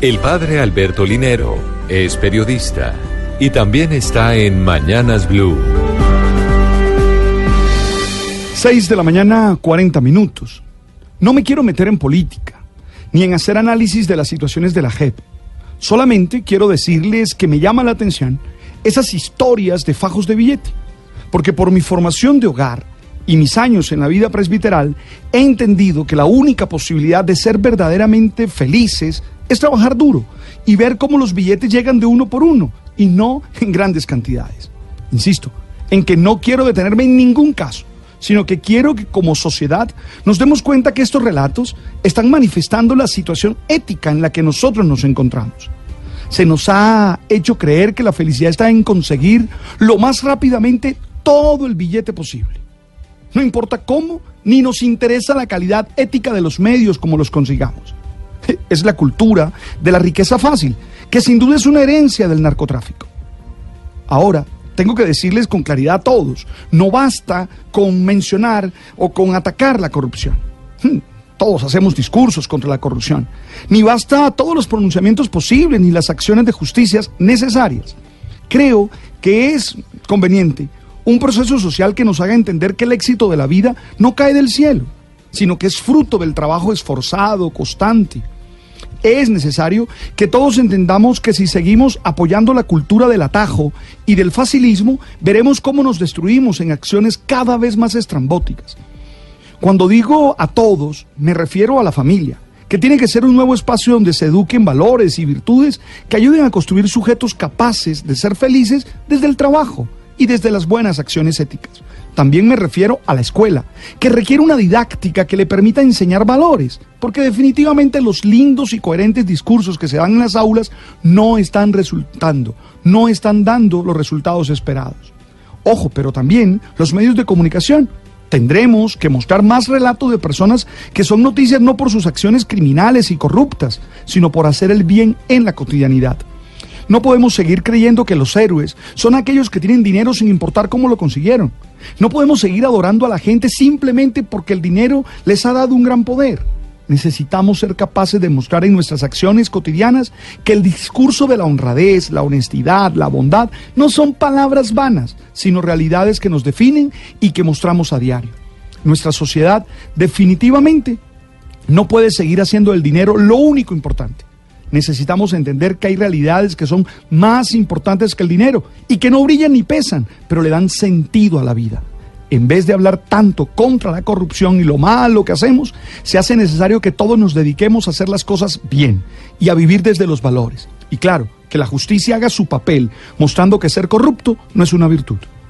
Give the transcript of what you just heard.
El padre Alberto Linero es periodista y también está en Mañanas Blue. 6 de la mañana, 40 minutos. No me quiero meter en política, ni en hacer análisis de las situaciones de la JEP. Solamente quiero decirles que me llama la atención esas historias de fajos de billete, porque por mi formación de hogar y mis años en la vida presbiteral, he entendido que la única posibilidad de ser verdaderamente felices es trabajar duro y ver cómo los billetes llegan de uno por uno y no en grandes cantidades. Insisto, en que no quiero detenerme en ningún caso, sino que quiero que como sociedad nos demos cuenta que estos relatos están manifestando la situación ética en la que nosotros nos encontramos. Se nos ha hecho creer que la felicidad está en conseguir lo más rápidamente todo el billete posible. No importa cómo, ni nos interesa la calidad ética de los medios como los consigamos. Es la cultura de la riqueza fácil, que sin duda es una herencia del narcotráfico. Ahora, tengo que decirles con claridad a todos, no basta con mencionar o con atacar la corrupción. Todos hacemos discursos contra la corrupción. Ni basta todos los pronunciamientos posibles, ni las acciones de justicia necesarias. Creo que es conveniente un proceso social que nos haga entender que el éxito de la vida no cae del cielo, sino que es fruto del trabajo esforzado, constante. Es necesario que todos entendamos que si seguimos apoyando la cultura del atajo y del facilismo, veremos cómo nos destruimos en acciones cada vez más estrambóticas. Cuando digo a todos, me refiero a la familia, que tiene que ser un nuevo espacio donde se eduquen valores y virtudes que ayuden a construir sujetos capaces de ser felices desde el trabajo y desde las buenas acciones éticas. También me refiero a la escuela, que requiere una didáctica que le permita enseñar valores, porque definitivamente los lindos y coherentes discursos que se dan en las aulas no están dando los resultados esperados. Ojo, pero también los medios de comunicación. Tendremos que mostrar más relatos de personas que son noticias no por sus acciones criminales y corruptas, sino por hacer el bien en la cotidianidad. No podemos seguir creyendo que los héroes son aquellos que tienen dinero sin importar cómo lo consiguieron. No podemos seguir adorando a la gente simplemente porque el dinero les ha dado un gran poder. Necesitamos ser capaces de mostrar en nuestras acciones cotidianas que el discurso de la honradez, la honestidad, la bondad no son palabras vanas, sino realidades que nos definen y que mostramos a diario. Nuestra sociedad definitivamente no puede seguir haciendo del dinero lo único importante. Necesitamos entender que hay realidades que son más importantes que el dinero y que no brillan ni pesan, pero le dan sentido a la vida. En vez de hablar tanto contra la corrupción y lo malo que hacemos, se hace necesario que todos nos dediquemos a hacer las cosas bien y a vivir desde los valores. Y claro, que la justicia haga su papel, mostrando que ser corrupto no es una virtud.